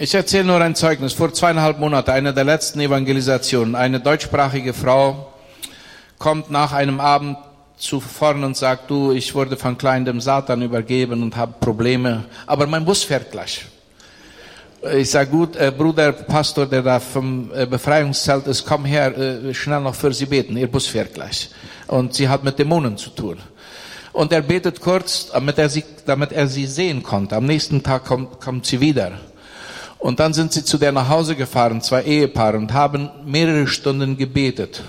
Ich erzähle nur ein Zeugnis. Vor 2,5 Monaten, eine der letzten Evangelisationen, eine deutschsprachige Frau kommt nach einem Abend zu vorn und sagt, du, ich wurde von klein dem Satan übergeben und habe Probleme, aber mein Bus fährt gleich. Ich sage, gut, Bruder, Pastor, der da vom Befreiungszelt ist, komm her, schnell noch für Sie beten, Ihr Bus fährt gleich. Und sie hat mit Dämonen zu tun. Und er betet kurz, damit er sie sehen konnte. Am nächsten Tag kommt sie wieder. Und dann sind sie zu der nach Hause gefahren, 2 Ehepaare, und haben mehrere Stunden gebetet.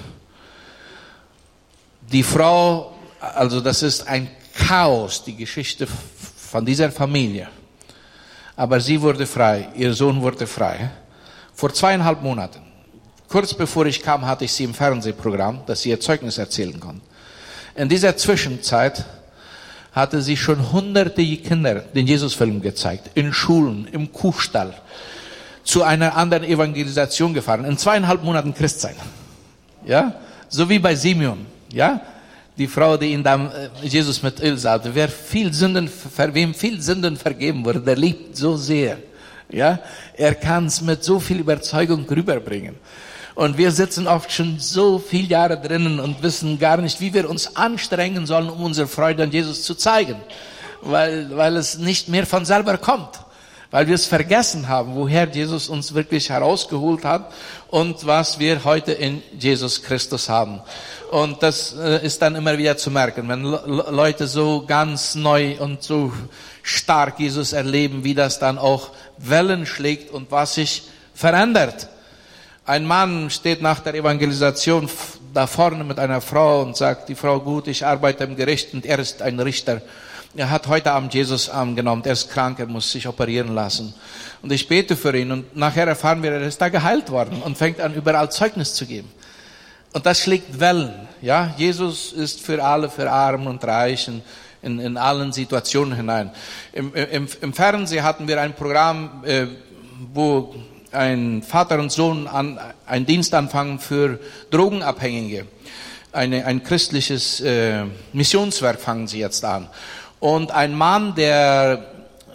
Die Frau, also das ist ein Chaos, die Geschichte von dieser Familie. Aber sie wurde frei, ihr Sohn wurde frei. Vor 2,5 Monaten, kurz bevor ich kam, hatte ich sie im Fernsehprogramm, dass sie ihr Zeugnis erzählen konnte. In dieser Zwischenzeit hatte sie schon hunderte Kinder den Jesusfilm gezeigt, in Schulen, im Kuhstall, zu einer anderen Evangelisation gefahren, in 2,5 Monaten Christsein. Ja, so wie bei Simeon. Ja, die Frau, die ihn dann Jesus mit Öl salbte. Wem viel Sünden vergeben wurde, der liebt so sehr. Ja, er kann es mit so viel Überzeugung rüberbringen. Und wir sitzen oft schon so viele Jahre drinnen und wissen gar nicht, wie wir uns anstrengen sollen, um unsere Freude an Jesus zu zeigen. Weil es nicht mehr von selber kommt. Weil wir es vergessen haben, woher Jesus uns wirklich herausgeholt hat und was wir heute in Jesus Christus haben. Und das ist dann immer wieder zu merken, wenn Leute so ganz neu und so stark Jesus erleben, wie das dann auch Wellen schlägt und was sich verändert. Ein Mann steht nach der Evangelisation da vorne mit einer Frau und sagt, die Frau, gut, ich arbeite im Gericht und er ist ein Richter. Er hat heute Abend Jesus angenommen, er ist krank, er muss sich operieren lassen. Und ich bete für ihn und nachher erfahren wir, er ist da geheilt worden und fängt an, überall Zeugnis zu geben. Und das schlägt Wellen. Ja, Jesus ist für alle, für Arm und Reich, in allen Situationen hinein. Im Fernsehen hatten wir ein Programm, wo ein Vater und Sohn einen Dienst anfangen für Drogenabhängige. Ein christliches Missionswerk fangen sie jetzt an. Und ein Mann, der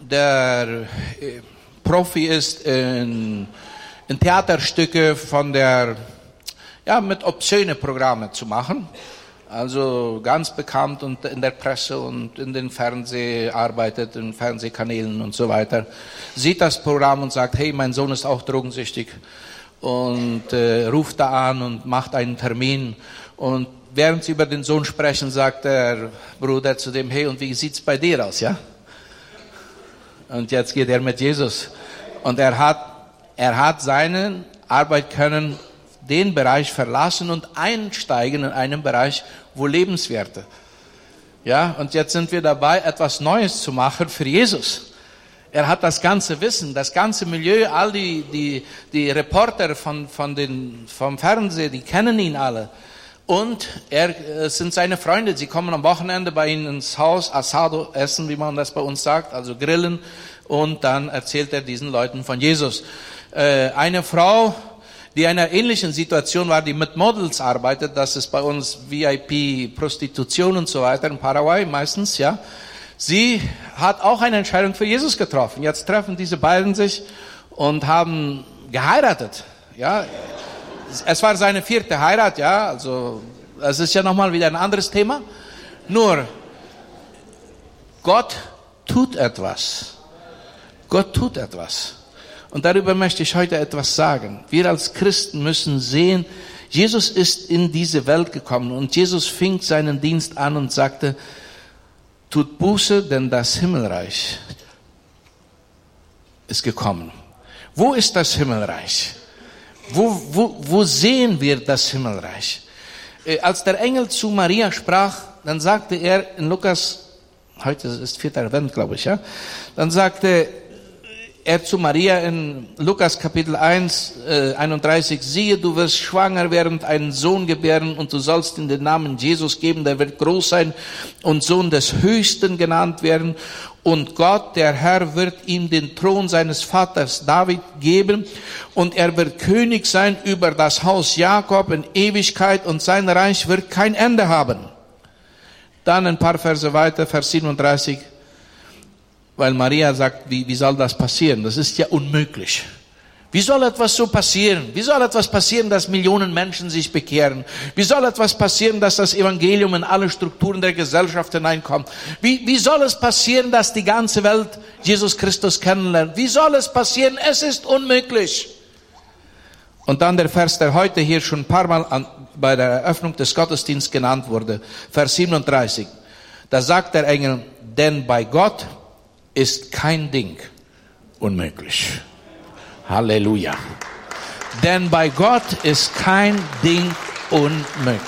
Profi ist in Theaterstücke mit obszöne Programme zu machen. Also ganz bekannt und in der Presse und in den arbeitet in Fernsehkanälen und so weiter. Sieht das Programm und sagt, hey, mein Sohn ist auch drogensüchtig. Und ruft da an und macht einen Termin. Und während sie über den Sohn sprechen, sagt der Bruder zu dem, hey, und wie sieht's bei dir aus, ja? Und jetzt geht er mit Jesus. Und er hat seine Arbeit können, den Bereich verlassen und einsteigen in einen Bereich, wo Lebenswerte. Ja, und jetzt sind wir dabei, etwas Neues zu machen für Jesus. Er hat das ganze Wissen, das ganze Milieu, all die Reporter vom Fernsehen, die kennen ihn alle. Und es sind seine Freunde, sie kommen am Wochenende bei ihm ins Haus, Asado essen, wie man das bei uns sagt, also grillen. Und dann erzählt er diesen Leuten von Jesus. Eine Frau, die in einer ähnlichen Situation war, die mit Models arbeitet, das ist bei uns VIP, Prostitution und so weiter, in Paraguay meistens, ja. Sie hat auch eine Entscheidung für Jesus getroffen. Jetzt treffen diese beiden sich und haben geheiratet, ja. Es war seine 4. Heirat, ja, also, das ist ja nochmal wieder ein anderes Thema. Nur, Gott tut etwas. Gott tut etwas. Und darüber möchte ich heute etwas sagen. Wir als Christen müssen sehen, Jesus ist in diese Welt gekommen und Jesus fing seinen Dienst an und sagte, tut Buße, denn das Himmelreich ist gekommen. Wo ist das Himmelreich? Wo sehen wir das Himmelreich? Als der Engel zu Maria sprach, dann sagte er in Lukas, heute ist 4. Advent, glaube ich, ja, dann sagte er zu Maria in Lukas Kapitel 1, 31, siehe, du wirst schwanger werden, einen Sohn gebären und du sollst ihm den Namen Jesus geben, der wird groß sein und Sohn des Höchsten genannt werden. Und Gott, der Herr, wird ihm den Thron seines Vaters David geben und er wird König sein über das Haus Jakob in Ewigkeit und sein Reich wird kein Ende haben. Dann ein paar Verse weiter, Vers 37. weil Maria sagt, wie soll das passieren? Das ist ja unmöglich. Wie soll etwas so passieren? Wie soll etwas passieren, dass Millionen Menschen sich bekehren? Wie soll etwas passieren, dass das Evangelium in alle Strukturen der Gesellschaft hineinkommt? Wie soll es passieren, dass die ganze Welt Jesus Christus kennenlernt? Wie soll es passieren? Es ist unmöglich. Und dann der Vers, der heute hier schon ein paar Mal bei der Eröffnung des Gottesdienstes genannt wurde, Vers 37. Da sagt der Engel, denn bei Gott ist kein Ding unmöglich. Halleluja. Denn bei Gott ist kein Ding unmöglich.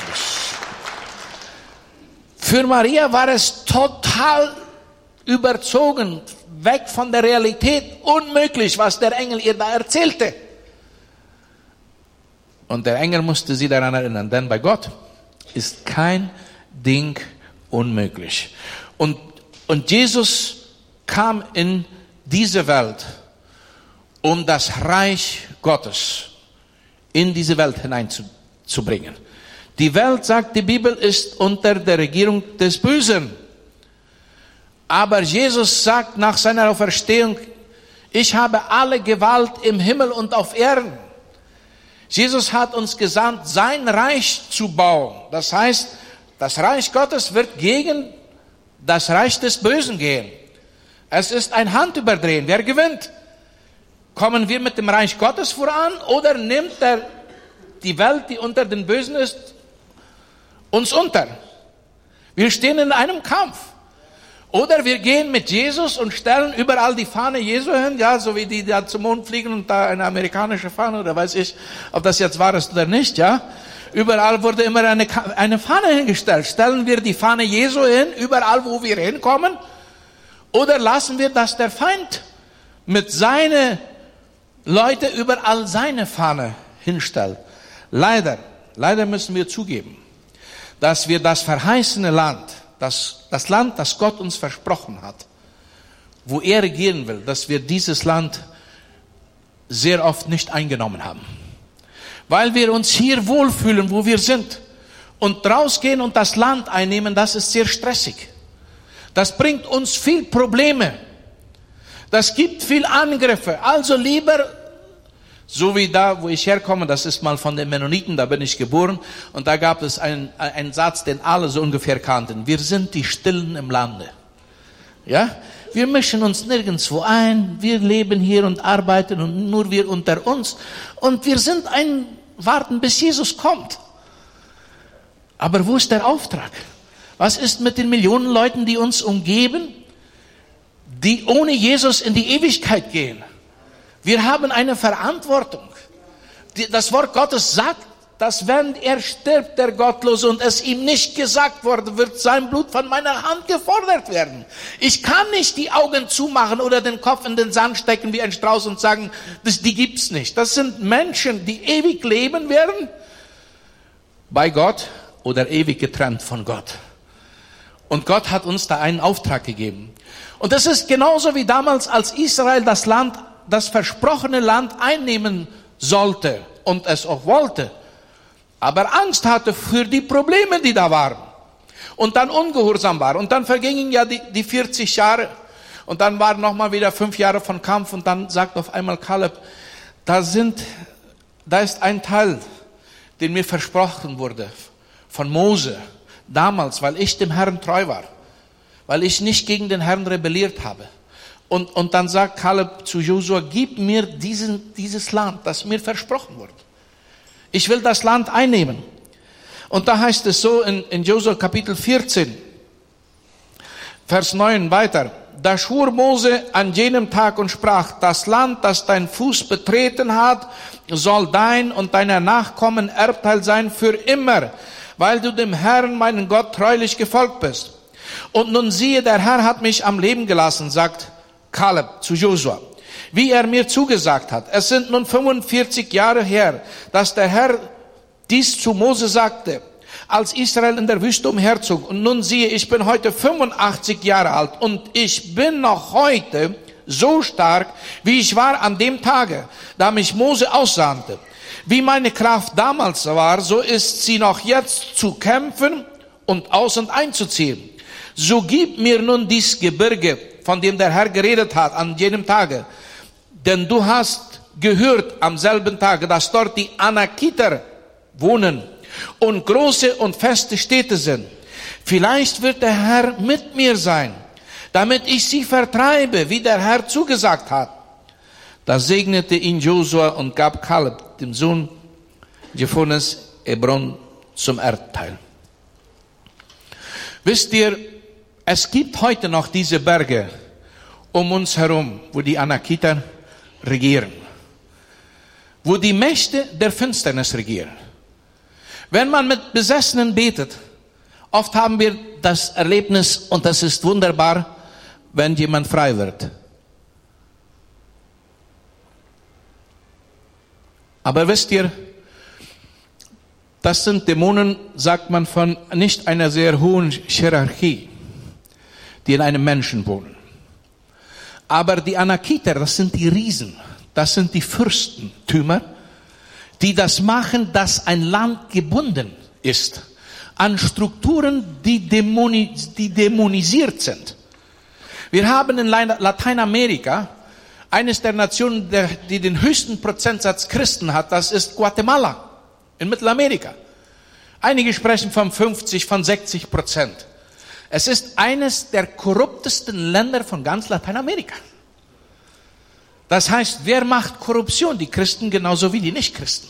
Für Maria war es total überzogen, weg von der Realität, unmöglich, was der Engel ihr da erzählte. Und der Engel musste sie daran erinnern, denn bei Gott ist kein Ding unmöglich. Und Jesus kam in diese Welt, um das Reich Gottes in diese Welt hineinzubringen. Die Welt, sagt die Bibel, ist unter der Regierung des Bösen. Aber Jesus sagt nach seiner Auferstehung, ich habe alle Gewalt im Himmel und auf Erden. Jesus hat uns gesandt, sein Reich zu bauen. Das heißt, das Reich Gottes wird gegen das Reich des Bösen gehen. Es ist ein Handüberdrehen. Wer gewinnt? Kommen wir mit dem Reich Gottes voran oder nimmt die Welt, die unter den Bösen ist, uns unter? Wir stehen in einem Kampf. Oder wir gehen mit Jesus und stellen überall die Fahne Jesu hin, ja, so wie die da zum Mond fliegen und da eine amerikanische Fahne, oder weiß ich, ob das jetzt wahr ist oder nicht, ja. Überall wurde immer eine Fahne hingestellt. Stellen wir die Fahne Jesu hin, überall wo wir hinkommen, oder lassen wir, dass der Feind mit seinen Leute überall seine Fahne hinstellt? Leider müssen wir zugeben, dass wir das verheißene Land, das Land, das Gott uns versprochen hat, wo er regieren will, dass wir dieses Land sehr oft nicht eingenommen haben. Weil wir uns hier wohlfühlen, wo wir sind. Und rausgehen und das Land einnehmen, das ist sehr stressig. Das bringt uns viel Probleme. Das gibt viel Angriffe. Also lieber, so wie da, wo ich herkomme, das ist mal von den Mennoniten, da bin ich geboren. Und da gab es einen Satz, den alle so ungefähr kannten. Wir sind die Stillen im Lande. Ja? Wir mischen uns nirgendwo ein. Wir leben hier und arbeiten und nur wir unter uns. Und wir sind warten, bis Jesus kommt. Aber wo ist der Auftrag? Was ist mit den Millionen Leuten, die uns umgeben, die ohne Jesus in die Ewigkeit gehen? Wir haben eine Verantwortung. Das Wort Gottes sagt, dass wenn er stirbt, der Gottlose, und es ihm nicht gesagt wurde, wird sein Blut von meiner Hand gefordert werden. Ich kann nicht die Augen zumachen oder den Kopf in den Sand stecken wie ein Strauß und sagen, die gibt's nicht. Das sind Menschen, die ewig leben werden bei Gott oder ewig getrennt von Gott. Und Gott hat uns da einen Auftrag gegeben. Und das ist genauso wie damals, als Israel das versprochene Land einnehmen sollte und es auch wollte, aber Angst hatte für die Probleme, die da waren und dann ungehorsam war. Und dann vergingen ja die 40 Jahre und dann waren nochmal wieder 5 Jahre von Kampf und dann sagt auf einmal Kaleb, da ist ein Teil, den mir versprochen wurde von Mose damals, weil ich dem Herrn treu war, weil ich nicht gegen den Herrn rebelliert habe. Und dann sagt Kaleb zu Josua, gib mir dieses Land, das mir versprochen wurde. Ich will das Land einnehmen. Und da heißt es so in Josua Kapitel 14, Vers 9 weiter. Da schwur Mose an jenem Tag und sprach, das Land, das dein Fuß betreten hat, soll dein und deiner Nachkommen Erbteil sein für immer, weil du dem Herrn, meinen Gott, treulich gefolgt bist. Und nun siehe, der Herr hat mich am Leben gelassen, sagt Kaleb zu Josua, wie er mir zugesagt hat. Es sind nun 45 Jahre her, dass der Herr dies zu Mose sagte, als Israel in der Wüste umherzog. Und nun siehe, ich bin heute 85 Jahre alt und ich bin noch heute so stark, wie ich war an dem Tage, da mich Mose aussandte. Wie meine Kraft damals war, so ist sie noch jetzt zu kämpfen und aus- und einzuziehen. So gib mir nun dies Gebirge von dem der Herr geredet hat an jenem Tage. Denn du hast gehört am selben Tage, dass dort die Anakiter wohnen und große und feste Städte sind. Vielleicht wird der Herr mit mir sein, damit ich sie vertreibe, wie der Herr zugesagt hat. Da segnete ihn Josua und gab Kaleb, dem Sohn Jephunes, Hebron zum Erbteil. Wisst ihr, es gibt heute noch diese Berge um uns herum, wo die Anakiter regieren, wo die Mächte der Finsternis regieren. Wenn man mit Besessenen betet, oft haben wir das Erlebnis, und das ist wunderbar, wenn jemand frei wird. Aber wisst ihr, das sind Dämonen, sagt man, von nicht einer sehr hohen Hierarchie, die in einem Menschen wohnen. Aber die Anakiter, das sind die Riesen, das sind die Fürstentümer, die das machen, dass ein Land gebunden ist an Strukturen, die dämonisiert sind. Wir haben in Lateinamerika eines der Nationen, die den höchsten Prozentsatz Christen hat, das ist Guatemala in Mittelamerika. Einige sprechen von 50, von 60%. Es ist eines der korruptesten Länder von ganz Lateinamerika. Das heißt, wer macht Korruption? Die Christen genauso wie die Nichtchristen.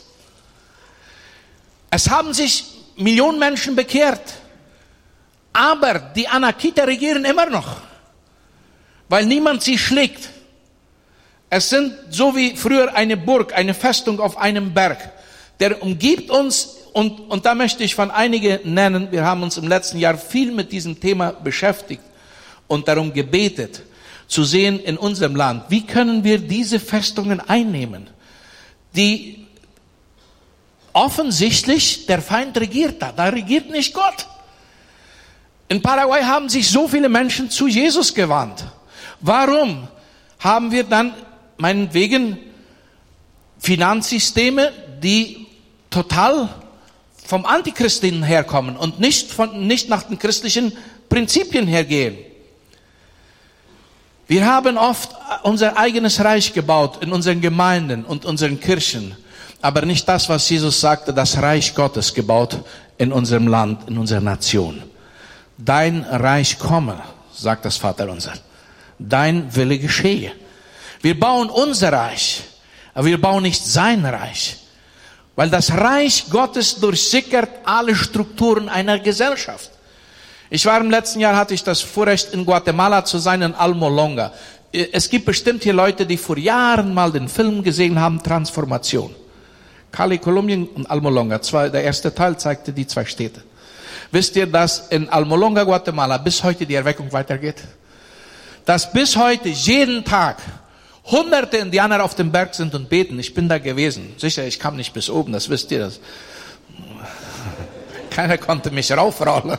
Es haben sich Millionen Menschen bekehrt, aber die Anakiter regieren immer noch, weil niemand sie schlägt. Es sind so wie früher eine Burg, eine Festung auf einem Berg, der umgibt uns, und da möchte ich von einigen nennen. Wir haben uns im letzten Jahr viel mit diesem Thema beschäftigt und darum gebetet, zu sehen in unserem Land, wie können wir diese Festungen einnehmen, die offensichtlich der Feind regiert da regiert nicht Gott. In Paraguay haben sich so viele Menschen zu Jesus gewandt. Warum haben wir dann meinetwegen Finanzsysteme, die total vom Antichristen herkommen und nicht nach den christlichen Prinzipien hergehen? Wir haben oft unser eigenes Reich gebaut in unseren Gemeinden und unseren Kirchen, aber nicht das, was Jesus sagte, das Reich Gottes gebaut in unserem Land, in unserer Nation. Dein Reich komme, sagt das Vaterunser. Dein Wille geschehe. Wir bauen unser Reich, aber wir bauen nicht sein Reich. Weil das Reich Gottes durchsickert alle Strukturen einer Gesellschaft. Ich war im letzten Jahr, hatte ich das Vorrecht, in Guatemala zu sein, in Almolonga. Es gibt bestimmt hier Leute, die vor Jahren mal den Film gesehen haben, Transformation. Cali, Kolumbien und Almolonga. Der erste Teil zeigte die zwei Städte. Wisst ihr, dass in Almolonga, Guatemala, bis heute die Erweckung weitergeht? Dass bis heute jeden Tag Hunderte Indianer auf dem Berg sind und beten. Ich bin da gewesen. Sicher, ich kam nicht bis oben, das wisst ihr. Das. Keiner konnte mich raufrollen.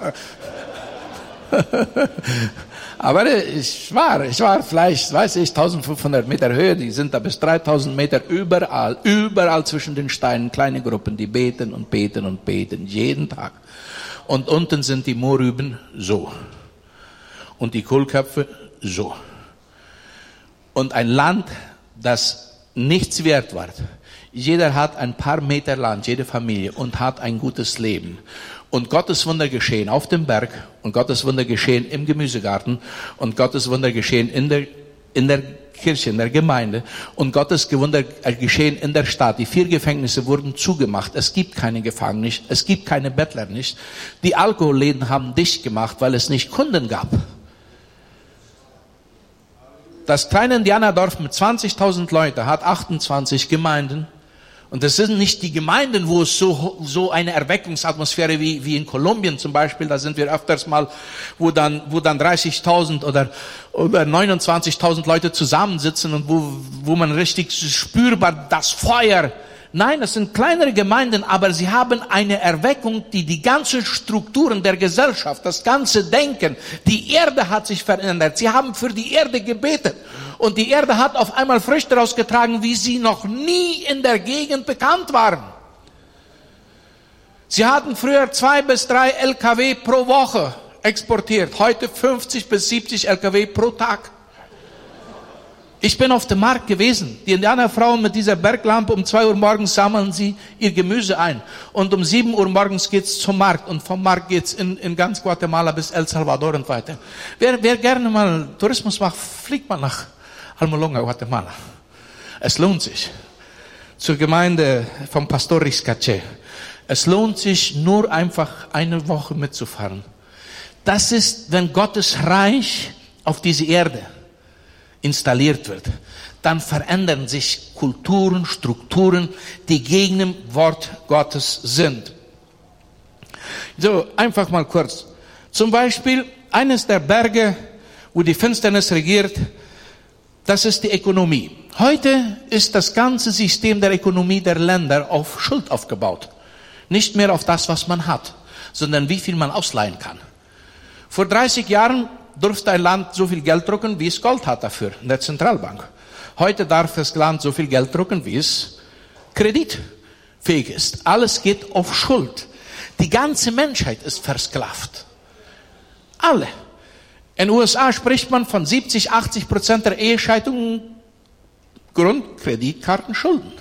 Aber ich war vielleicht, 1500 Meter Höhe, die sind da bis 3000 Meter überall zwischen den Steinen, kleine Gruppen, die beten und beten und beten, jeden Tag. Und unten sind die Mohrrüben so. Und die Kohlköpfe so. Und ein Land, das nichts wert war. Jeder hat ein paar Meter Land, jede Familie, und hat ein gutes Leben. Und Gottes Wunder geschehen auf dem Berg, und Gottes Wunder geschehen im Gemüsegarten, und Gottes Wunder geschehen in der Kirche, in der Gemeinde, und Gottes Wunder geschehen in der Stadt. Die 4 Gefängnisse wurden zugemacht. Es gibt keine Gefangenen, es gibt keine Bettler nicht. Die Alkoholläden haben dicht gemacht, weil es nicht Kunden gab. Das kleine Indianerdorf mit 20.000 Leuten hat 28 Gemeinden. Und das sind nicht die Gemeinden, wo es so eine Erweckungsatmosphäre wie in Kolumbien zum Beispiel, da sind wir öfters mal, wo dann 30.000 oder 29.000 Leute zusammensitzen und wo man richtig spürbar das Feuer. Nein, das sind kleinere Gemeinden, aber sie haben eine Erweckung, die ganzen Strukturen der Gesellschaft, das ganze Denken, die Erde hat sich verändert. Sie haben für die Erde gebetet. Und die Erde hat auf einmal Früchte rausgetragen, wie sie noch nie in der Gegend bekannt waren. Sie hatten früher 2 bis 3 LKW pro Woche exportiert. Heute 50 bis 70 LKW pro Tag. Ich bin auf dem Markt gewesen. Die Indianerfrauen mit dieser Berglampe, um 2 Uhr morgens sammeln sie ihr Gemüse ein. Und um 7 Uhr morgens geht's zum Markt. Und vom Markt geht's in ganz Guatemala bis El Salvador und weiter. Wer gerne mal Tourismus macht, fliegt mal nach Almolonga, Guatemala. Es lohnt sich. Zur Gemeinde vom Pastor Riscache. Es lohnt sich, nur einfach eine Woche mitzufahren. Das ist, wenn Gottes Reich auf diese Erde installiert wird, dann verändern sich Kulturen, Strukturen, die gegen dem Wort Gottes sind. So, einfach mal kurz. Zum Beispiel, eines der Berge, wo die Finsternis regiert, das ist die Ökonomie. Heute ist das ganze System der Ökonomie der Länder auf Schuld aufgebaut. Nicht mehr auf das, was man hat, sondern wie viel man ausleihen kann. Vor 30 Jahren durfte ein Land so viel Geld drucken, wie es Gold hat dafür, in der Zentralbank. Heute darf das Land so viel Geld drucken, wie es kreditfähig ist. Alles geht auf Schuld. Die ganze Menschheit ist versklavt. Alle. In den USA spricht man von 70-80% der Ehescheidungen Grund Kreditkartenschulden.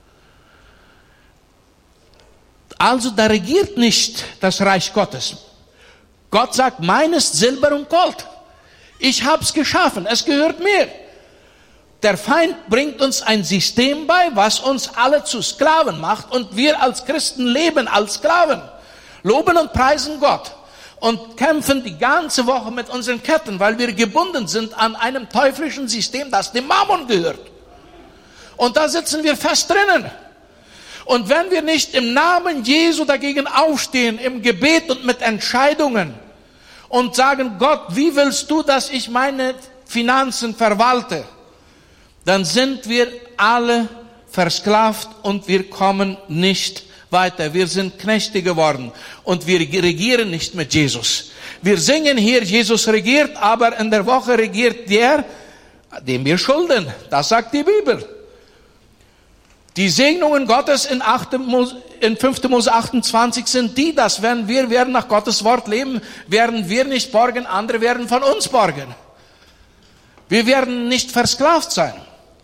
Also da regiert nicht das Reich Gottes. Gott sagt, meines Silber und Gold. Ich hab's geschaffen, es gehört mir. Der Feind bringt uns ein System bei, was uns alle zu Sklaven macht und wir als Christen leben als Sklaven. Loben und preisen Gott und kämpfen die ganze Woche mit unseren Ketten, weil wir gebunden sind an einem teuflischen System, das dem Mammon gehört. Und da sitzen wir fest drinnen. Und wenn wir nicht im Namen Jesu dagegen aufstehen, im Gebet und mit Entscheidungen und sagen, Gott, wie willst du, dass ich meine Finanzen verwalte? Dann sind wir alle versklavt und wir kommen nicht weiter. Wir sind Knechte geworden und wir regieren nicht mit Jesus. Wir singen hier, Jesus regiert, aber in der Woche regiert der, dem wir schulden. Das sagt die Bibel. Die Segnungen Gottes in 5. Mose 28 sind die, dass wenn wir werden nach Gottes Wort leben, werden wir nicht borgen, andere werden von uns borgen. Wir werden nicht versklavt sein.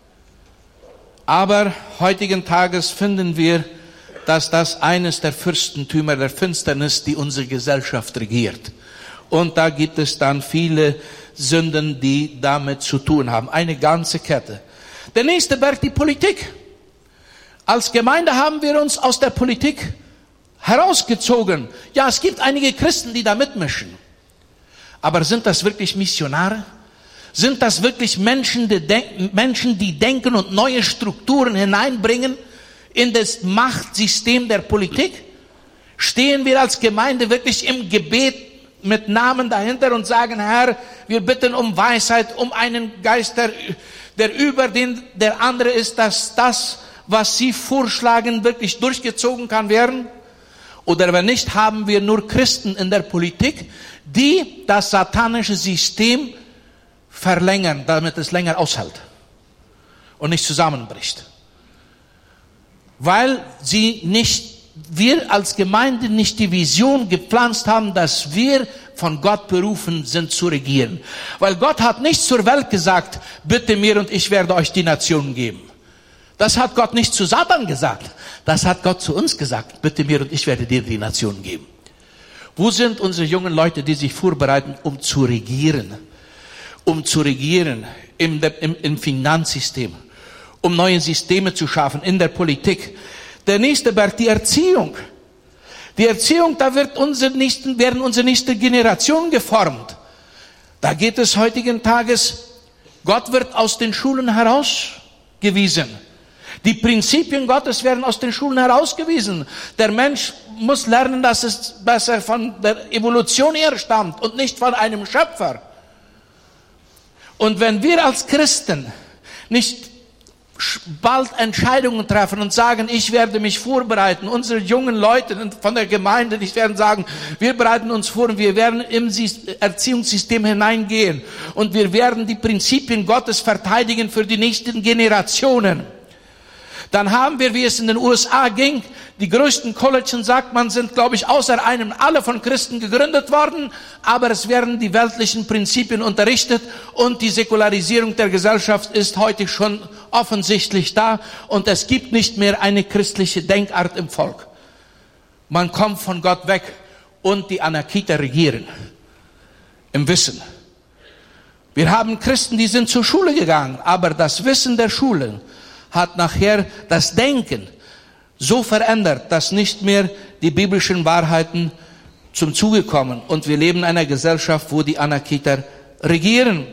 Aber heutigen Tages finden wir, dass das eines der Fürstentümer der Finsternis, die unsere Gesellschaft regiert. Und da gibt es dann viele Sünden, die damit zu tun haben. Eine ganze Kette. Der nächste Berg, die Politik. Als Gemeinde haben wir uns aus der Politik herausgezogen. Ja, es gibt einige Christen, die da mitmischen. Aber sind das wirklich Missionare? Sind das wirklich Menschen, die denken und neue Strukturen hineinbringen in das Machtsystem der Politik? Stehen wir als Gemeinde wirklich im Gebet mit Namen dahinter und sagen, Herr, wir bitten um Weisheit, um einen Geist, der über der andere ist, dass das, was Sie vorschlagen, wirklich durchgezogen kann werden? Oder wenn nicht, haben wir nur Christen in der Politik, die das satanische System verlängern, damit es länger aushält und nicht zusammenbricht. Weil wir als Gemeinde nicht die Vision gepflanzt haben, dass wir von Gott berufen sind zu regieren. Weil Gott hat nicht zur Welt gesagt, bitte mir und ich werde euch die Nationen geben. Das hat Gott nicht zu Satan gesagt. Das hat Gott zu uns gesagt. Bitte mir und ich werde dir die Nationen geben. Wo sind unsere jungen Leute, die sich vorbereiten, um zu regieren? Um zu regieren im Finanzsystem. Um neue Systeme zu schaffen in der Politik. Der nächste Berg, die Erziehung. Die Erziehung, da werden unsere nächste Generation geformt. Da geht es heutigen Tages, Gott wird aus den Schulen herausgewiesen. Die Prinzipien Gottes werden aus den Schulen herausgewiesen. Der Mensch muss lernen, dass es besser von der Evolution her stammt und nicht von einem Schöpfer. Und wenn wir als Christen nicht bald Entscheidungen treffen und sagen, ich werde mich vorbereiten, unsere jungen Leute von der Gemeinde, die werden sagen, wir bereiten uns vor und wir werden im Erziehungssystem hineingehen und wir werden die Prinzipien Gottes verteidigen für die nächsten Generationen. Dann haben wir, wie es in den USA ging, die größten Colleges, sagt man, sind, glaube ich, außer einem alle von Christen gegründet worden, aber es werden die weltlichen Prinzipien unterrichtet und die Säkularisierung der Gesellschaft ist heute schon offensichtlich da und es gibt nicht mehr eine christliche Denkart im Volk. Man kommt von Gott weg und die Anarchiter regieren im Wissen. Wir haben Christen, die sind zur Schule gegangen, aber das Wissen der Schule hat nachher das Denken so verändert, dass nicht mehr die biblischen Wahrheiten zum Zuge kommen. Und wir leben in einer Gesellschaft, wo die Anarchiter regieren.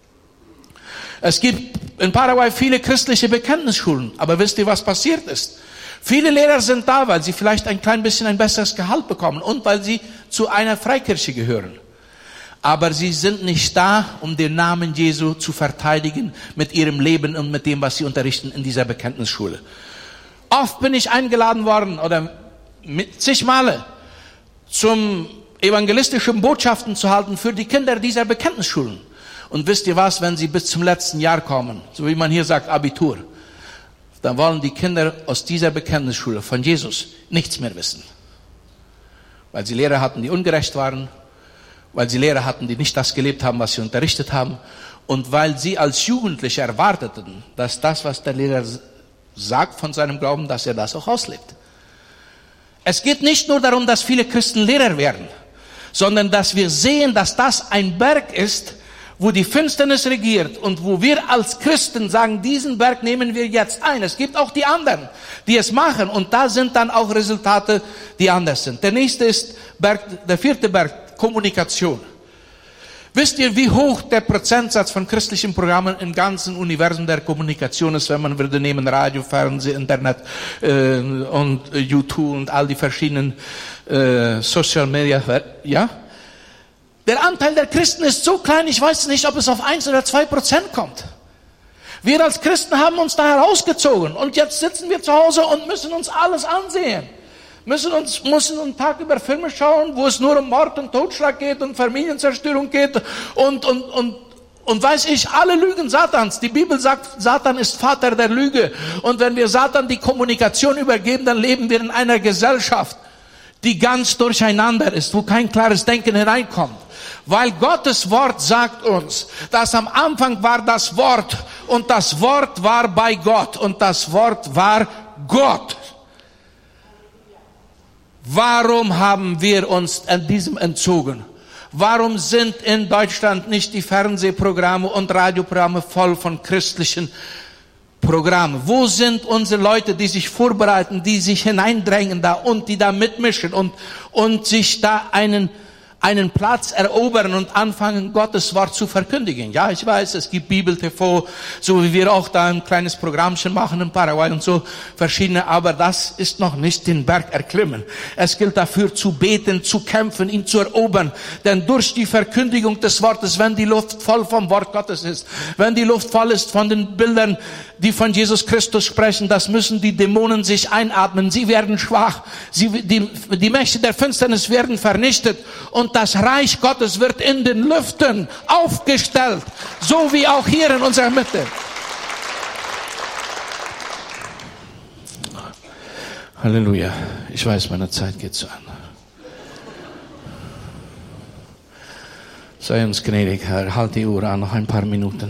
Es gibt in Paraguay viele christliche Bekenntnisschulen, aber wisst ihr, was passiert ist? Viele Lehrer sind da, weil sie vielleicht ein klein bisschen ein besseres Gehalt bekommen und weil sie zu einer Freikirche gehören. Aber sie sind nicht da, um den Namen Jesu zu verteidigen mit ihrem Leben und mit dem, was sie unterrichten in dieser Bekenntnisschule. Oft bin ich eingeladen worden, oder zig Male, zum evangelistischen Botschaften zu halten für die Kinder dieser Bekenntnisschulen. Und wisst ihr was, wenn sie bis zum letzten Jahr kommen, so wie man hier sagt, Abitur, dann wollen die Kinder aus dieser Bekenntnisschule von Jesus nichts mehr wissen. Weil sie Lehrer hatten, die ungerecht waren, weil sie Lehrer hatten, die nicht das gelebt haben, was sie unterrichtet haben, und weil sie als Jugendliche erwarteten, dass das, was der Lehrer sagt von seinem Glauben, dass er das auch auslebt. Es geht nicht nur darum, dass viele Christen Lehrer werden, sondern dass wir sehen, dass das ein Berg ist, wo die Finsternis regiert und wo wir als Christen sagen, diesen Berg nehmen wir jetzt ein. Es gibt auch die anderen, die es machen und da sind dann auch Resultate, die anders sind. Der nächste ist der vierte Berg, Kommunikation. Wisst ihr, wie hoch der Prozentsatz von christlichen Programmen im ganzen Universum der Kommunikation ist, wenn man würde nehmen Radio, Fernsehen, Internet und YouTube und all die verschiedenen Social Media, ja? Der Anteil der Christen ist so klein, ich weiß nicht, ob es auf 1 oder 2% kommt. Wir als Christen haben uns da herausgezogen und jetzt sitzen wir zu Hause und müssen uns alles ansehen. Müssen einen Tag über Filme schauen, wo es nur um Mord und Totschlag geht und Familienzerstörung geht und weiß ich, alle Lügen Satans. Die Bibel sagt, Satan ist Vater der Lüge. Und wenn wir Satan die Kommunikation übergeben, dann leben wir in einer Gesellschaft, die ganz durcheinander ist, wo kein klares Denken hineinkommt. Weil Gottes Wort sagt uns, dass am Anfang war das Wort und das Wort war bei Gott und das Wort war Gott. Warum haben wir uns an diesem entzogen? Warum sind in Deutschland nicht die Fernsehprogramme und Radioprogramme voll von christlichen Programmen? Wo sind unsere Leute, die sich vorbereiten, die sich hineindrängen da und die da mitmischen und sich da einen Platz erobern und anfangen, Gottes Wort zu verkündigen? Ja, ich weiß, es gibt Bibel-TV, so wie wir auch da ein kleines Programmchen machen in Paraguay und so verschiedene, aber das ist noch nicht den Berg erklimmen. Es gilt dafür zu beten, zu kämpfen, ihn zu erobern, denn durch die Verkündigung des Wortes, wenn die Luft voll vom Wort Gottes ist, wenn die Luft voll ist von den Bildern, die von Jesus Christus sprechen, das müssen die Dämonen sich einatmen, sie werden schwach, die Mächte der Finsternis werden vernichtet und das Reich Gottes wird in den Lüften aufgestellt, so wie auch hier in unserer Mitte. Halleluja. Ich weiß, meine Zeit geht zu Ende. Sei uns gnädig, Herr. Halt die Uhr an, noch ein paar Minuten.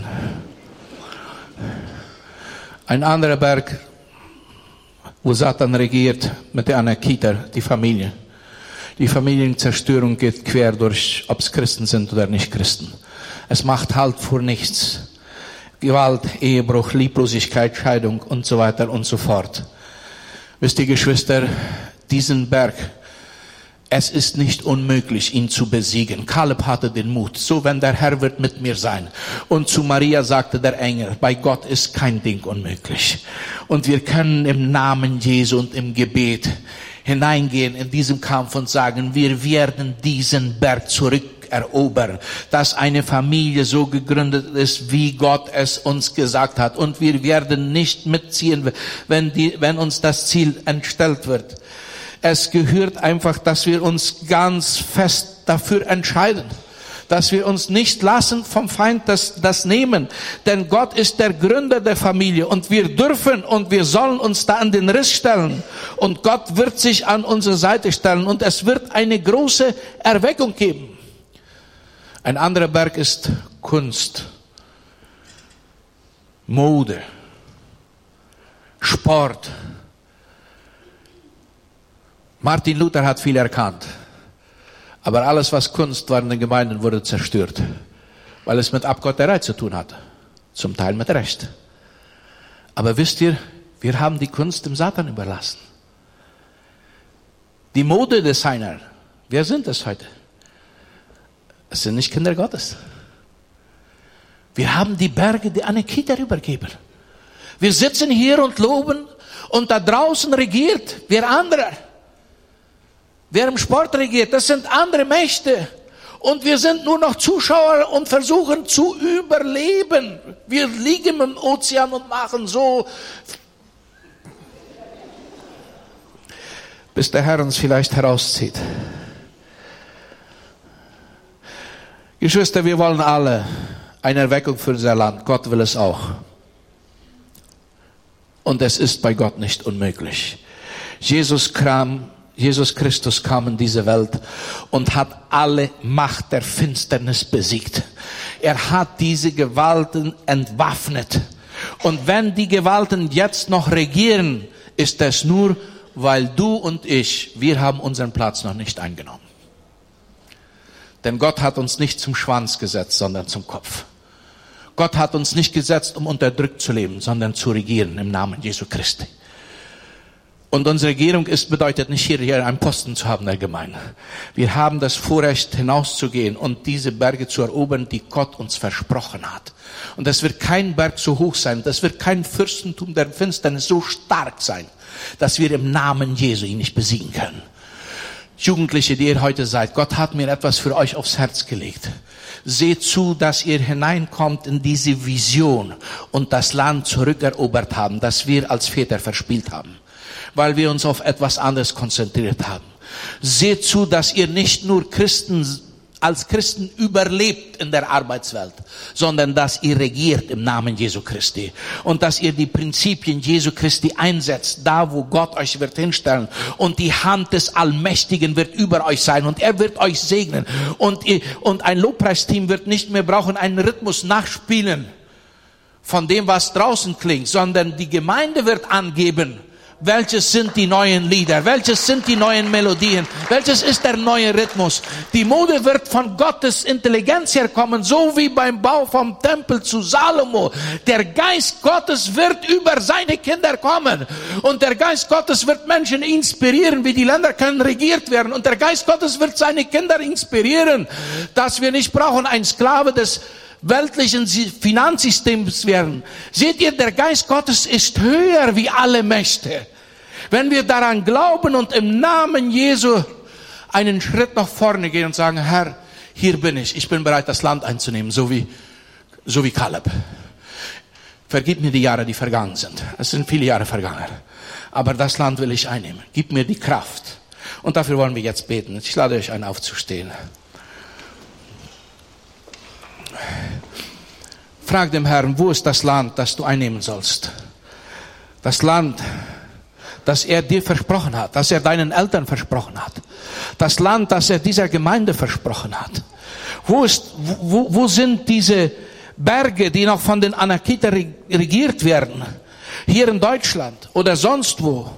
Ein anderer Berg, wo Satan regiert mit der Anarchiter, die Familie. Die Familienzerstörung geht quer durch, ob es Christen sind oder nicht Christen. Es macht Halt vor nichts. Gewalt, Ehebruch, Lieblosigkeit, Scheidung und so weiter und so fort. Wisst ihr, Geschwister, diesen Berg, es ist nicht unmöglich, ihn zu besiegen. Kaleb hatte den Mut. So, wenn der Herr wird mit mir sein. Und zu Maria sagte der Engel, bei Gott ist kein Ding unmöglich. Und wir können im Namen Jesu und im Gebet hineingehen in diesem Kampf und sagen, wir werden diesen Berg zurückerobern, dass eine Familie so gegründet ist, wie Gott es uns gesagt hat. Und wir werden nicht mitziehen, wenn uns das Ziel entstellt wird. Es gehört einfach, dass wir uns ganz fest dafür entscheiden, dass wir uns nicht lassen vom Feind das nehmen. Denn Gott ist der Gründer der Familie und wir dürfen und wir sollen uns da an den Riss stellen. Und Gott wird sich an unsere Seite stellen und es wird eine große Erweckung geben. Ein anderer Berg ist Kunst, Mode, Sport. Martin Luther hat viel erkannt. Aber alles, was Kunst war in den Gemeinden, wurde zerstört. Weil es mit Abgotterei zu tun hat. Zum Teil mit Recht. Aber wisst ihr, wir haben die Kunst dem Satan überlassen. Die Modedesigner, wer sind es heute? Es sind nicht Kinder Gottes. Wir haben die Berge an die Kita übergeben. Wir sitzen hier und loben und da draußen regiert wer anderer. Wer im Sport regiert, das sind andere Mächte. Und wir sind nur noch Zuschauer und versuchen zu überleben. Wir liegen im Ozean und machen so, bis der Herr uns vielleicht herauszieht. Geschwister, wir wollen alle eine Erweckung für unser Land. Gott will es auch. Und es ist bei Gott nicht unmöglich. Jesus Christus kam in diese Welt und hat alle Macht der Finsternis besiegt. Er hat diese Gewalten entwaffnet. Und wenn die Gewalten jetzt noch regieren, ist es nur, weil du und wir haben unseren Platz noch nicht eingenommen. Denn Gott hat uns nicht zum Schwanz gesetzt, sondern zum Kopf. Gott hat uns nicht gesetzt, um unterdrückt zu leben, sondern zu regieren im Namen Jesu Christi. Und unsere Regierung bedeutet nicht hier einen Posten zu haben in der Gemeinde. Wir haben das Vorrecht hinauszugehen und diese Berge zu erobern, die Gott uns versprochen hat. Und das wird kein Berg so hoch sein, das wird kein Fürstentum der Finsternis so stark sein, dass wir im Namen Jesu ihn nicht besiegen können. Jugendliche, die ihr heute seid, Gott hat mir etwas für euch aufs Herz gelegt. Seht zu, dass ihr hineinkommt in diese Vision und das Land zurückerobert haben, das wir als Väter verspielt haben, weil wir uns auf etwas anderes konzentriert haben. Seht zu, dass ihr nicht nur als Christen überlebt in der Arbeitswelt, sondern dass ihr regiert im Namen Jesu Christi und dass ihr die Prinzipien Jesu Christi einsetzt, da wo Gott euch wird hinstellen und die Hand des Allmächtigen wird über euch sein und er wird euch segnen und ein Lobpreisteam wird nicht mehr brauchen, einen Rhythmus nachspielen von dem, was draußen klingt, sondern die Gemeinde wird angeben, welches sind die neuen Lieder? Welches sind die neuen Melodien? Welches ist der neue Rhythmus? Die Mode wird von Gottes Intelligenz herkommen, so wie beim Bau vom Tempel zu Salomo. Der Geist Gottes wird über seine Kinder kommen. Und der Geist Gottes wird Menschen inspirieren, wie die Länder können regiert werden. Und der Geist Gottes wird seine Kinder inspirieren, dass wir nicht brauchen, ein Sklave des weltlichen Finanzsystems werden. Seht ihr, der Geist Gottes ist höher wie alle Mächte. Wenn wir daran glauben und im Namen Jesu einen Schritt nach vorne gehen und sagen, Herr, hier bin ich bin bereit, das Land einzunehmen, so wie Kaleb. Vergib mir die Jahre, die vergangen sind. Es sind viele Jahre vergangen. Aber das Land will ich einnehmen. Gib mir die Kraft. Und dafür wollen wir jetzt beten. Ich lade euch ein, aufzustehen. Frag dem Herrn, wo ist das Land, das du einnehmen sollst? Das Land, das er dir versprochen hat, das er deinen Eltern versprochen hat. Das Land, das er dieser Gemeinde versprochen hat. Wo sind diese Berge, die noch von den Anakiter regiert werden? Hier in Deutschland oder sonst wo.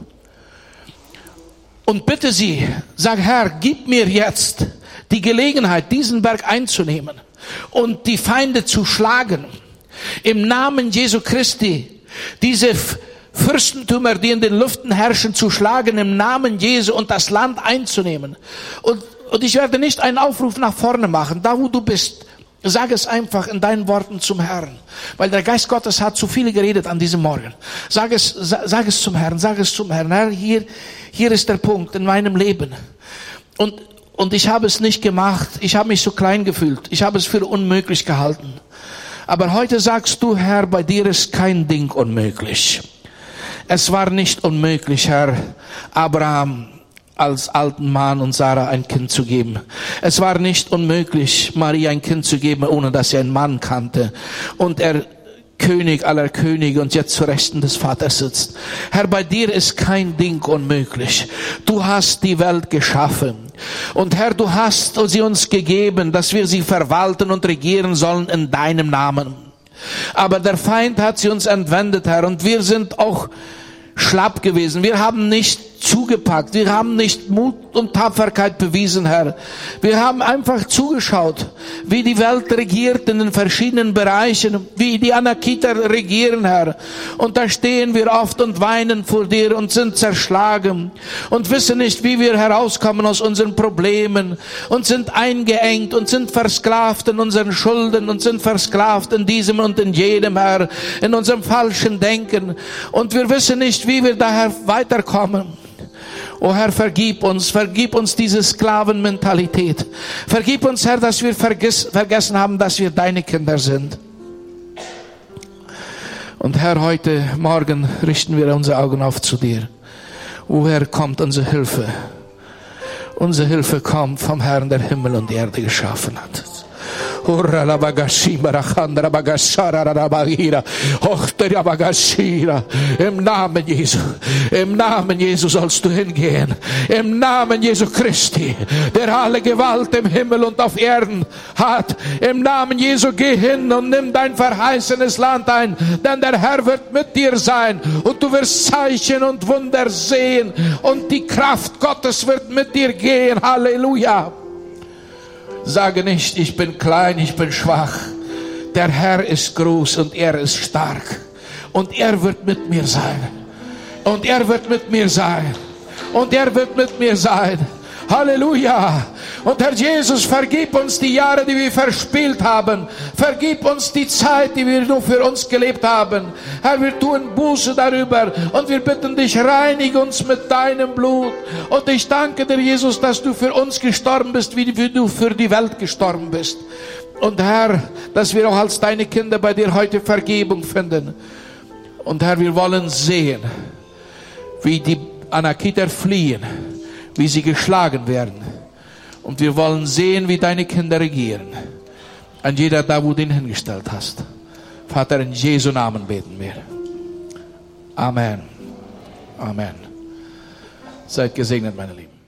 Und bitte sie, sag Herr, gib mir jetzt die Gelegenheit, diesen Berg einzunehmen und die Feinde zu schlagen. Im Namen Jesu Christi. Diese Fürstentümer, die in den Lüften herrschen, zu schlagen im Namen Jesu und das Land einzunehmen. Und ich werde nicht einen Aufruf nach vorne machen. Da wo du bist, sag es einfach in deinen Worten zum Herrn. Weil der Geist Gottes hat zu viele geredet an diesem Morgen. Sag es zum Herrn, sag es zum Herrn. Herr, hier ist der Punkt in meinem Leben. Und ich habe es nicht gemacht. Ich habe mich so klein gefühlt. Ich habe es für unmöglich gehalten. Aber heute sagst du, Herr, bei dir ist kein Ding unmöglich. Es war nicht unmöglich, Herr, Abraham als alten Mann und Sarah ein Kind zu geben. Es war nicht unmöglich, Maria ein Kind zu geben, ohne dass sie einen Mann kannte. Und er König aller Könige und jetzt zu Rechten des Vaters sitzt. Herr, bei dir ist kein Ding unmöglich. Du hast die Welt geschaffen. Und Herr, du hast sie uns gegeben, dass wir sie verwalten und regieren sollen in deinem Namen. Aber der Feind hat sie uns entwendet, Herr, und wir sind auch schlapp gewesen. Wir haben nicht zugepackt. Wir haben nicht Mut und Tapferkeit bewiesen, Herr. Wir haben einfach zugeschaut, wie die Welt regiert in den verschiedenen Bereichen, wie die Anakiter regieren, Herr. Und da stehen wir oft und weinen vor dir und sind zerschlagen und wissen nicht, wie wir herauskommen aus unseren Problemen und sind eingeengt und sind versklavt in unseren Schulden und sind versklavt in diesem und in jedem, Herr, in unserem falschen Denken. Und wir wissen nicht, wie wir daher weiterkommen. Oh Herr, vergib uns diese Sklavenmentalität. Vergib uns, Herr, dass wir vergessen haben, dass wir deine Kinder sind. Und Herr, heute Morgen richten wir unsere Augen auf zu dir. Woher kommt unsere Hilfe? Unsere Hilfe kommt vom Herrn, der Himmel und die Erde geschaffen hat. Im Namen Jesu sollst du hingehen. Im Namen Jesu Christi, der alle Gewalt im Himmel und auf Erden hat. Im Namen Jesu geh hin und nimm dein verheißenes Land ein, denn der Herr wird mit dir sein und du wirst Zeichen und Wunder sehen und die Kraft Gottes wird mit dir gehen. Halleluja. Sage nicht, ich bin klein, ich bin schwach. Der Herr ist groß und er ist stark. Und er wird mit mir sein. Und er wird mit mir sein. Und er wird mit mir sein. Halleluja. Und Herr Jesus, vergib uns die Jahre, die wir verspielt haben. Vergib uns die Zeit, die wir nur für uns gelebt haben. Herr, wir tun Buße darüber. Und wir bitten dich, reinige uns mit deinem Blut. Und ich danke dir, Jesus, dass du für uns gestorben bist, wie du für die Welt gestorben bist. Und Herr, dass wir auch als deine Kinder bei dir heute Vergebung finden. Und Herr, wir wollen sehen, wie die Anakiter fliehen, wie sie geschlagen werden. Und wir wollen sehen, wie deine Kinder regieren. An jeder da, wo du ihn hingestellt hast. Vater, in Jesu Namen beten wir. Amen. Amen. Seid gesegnet, meine Lieben.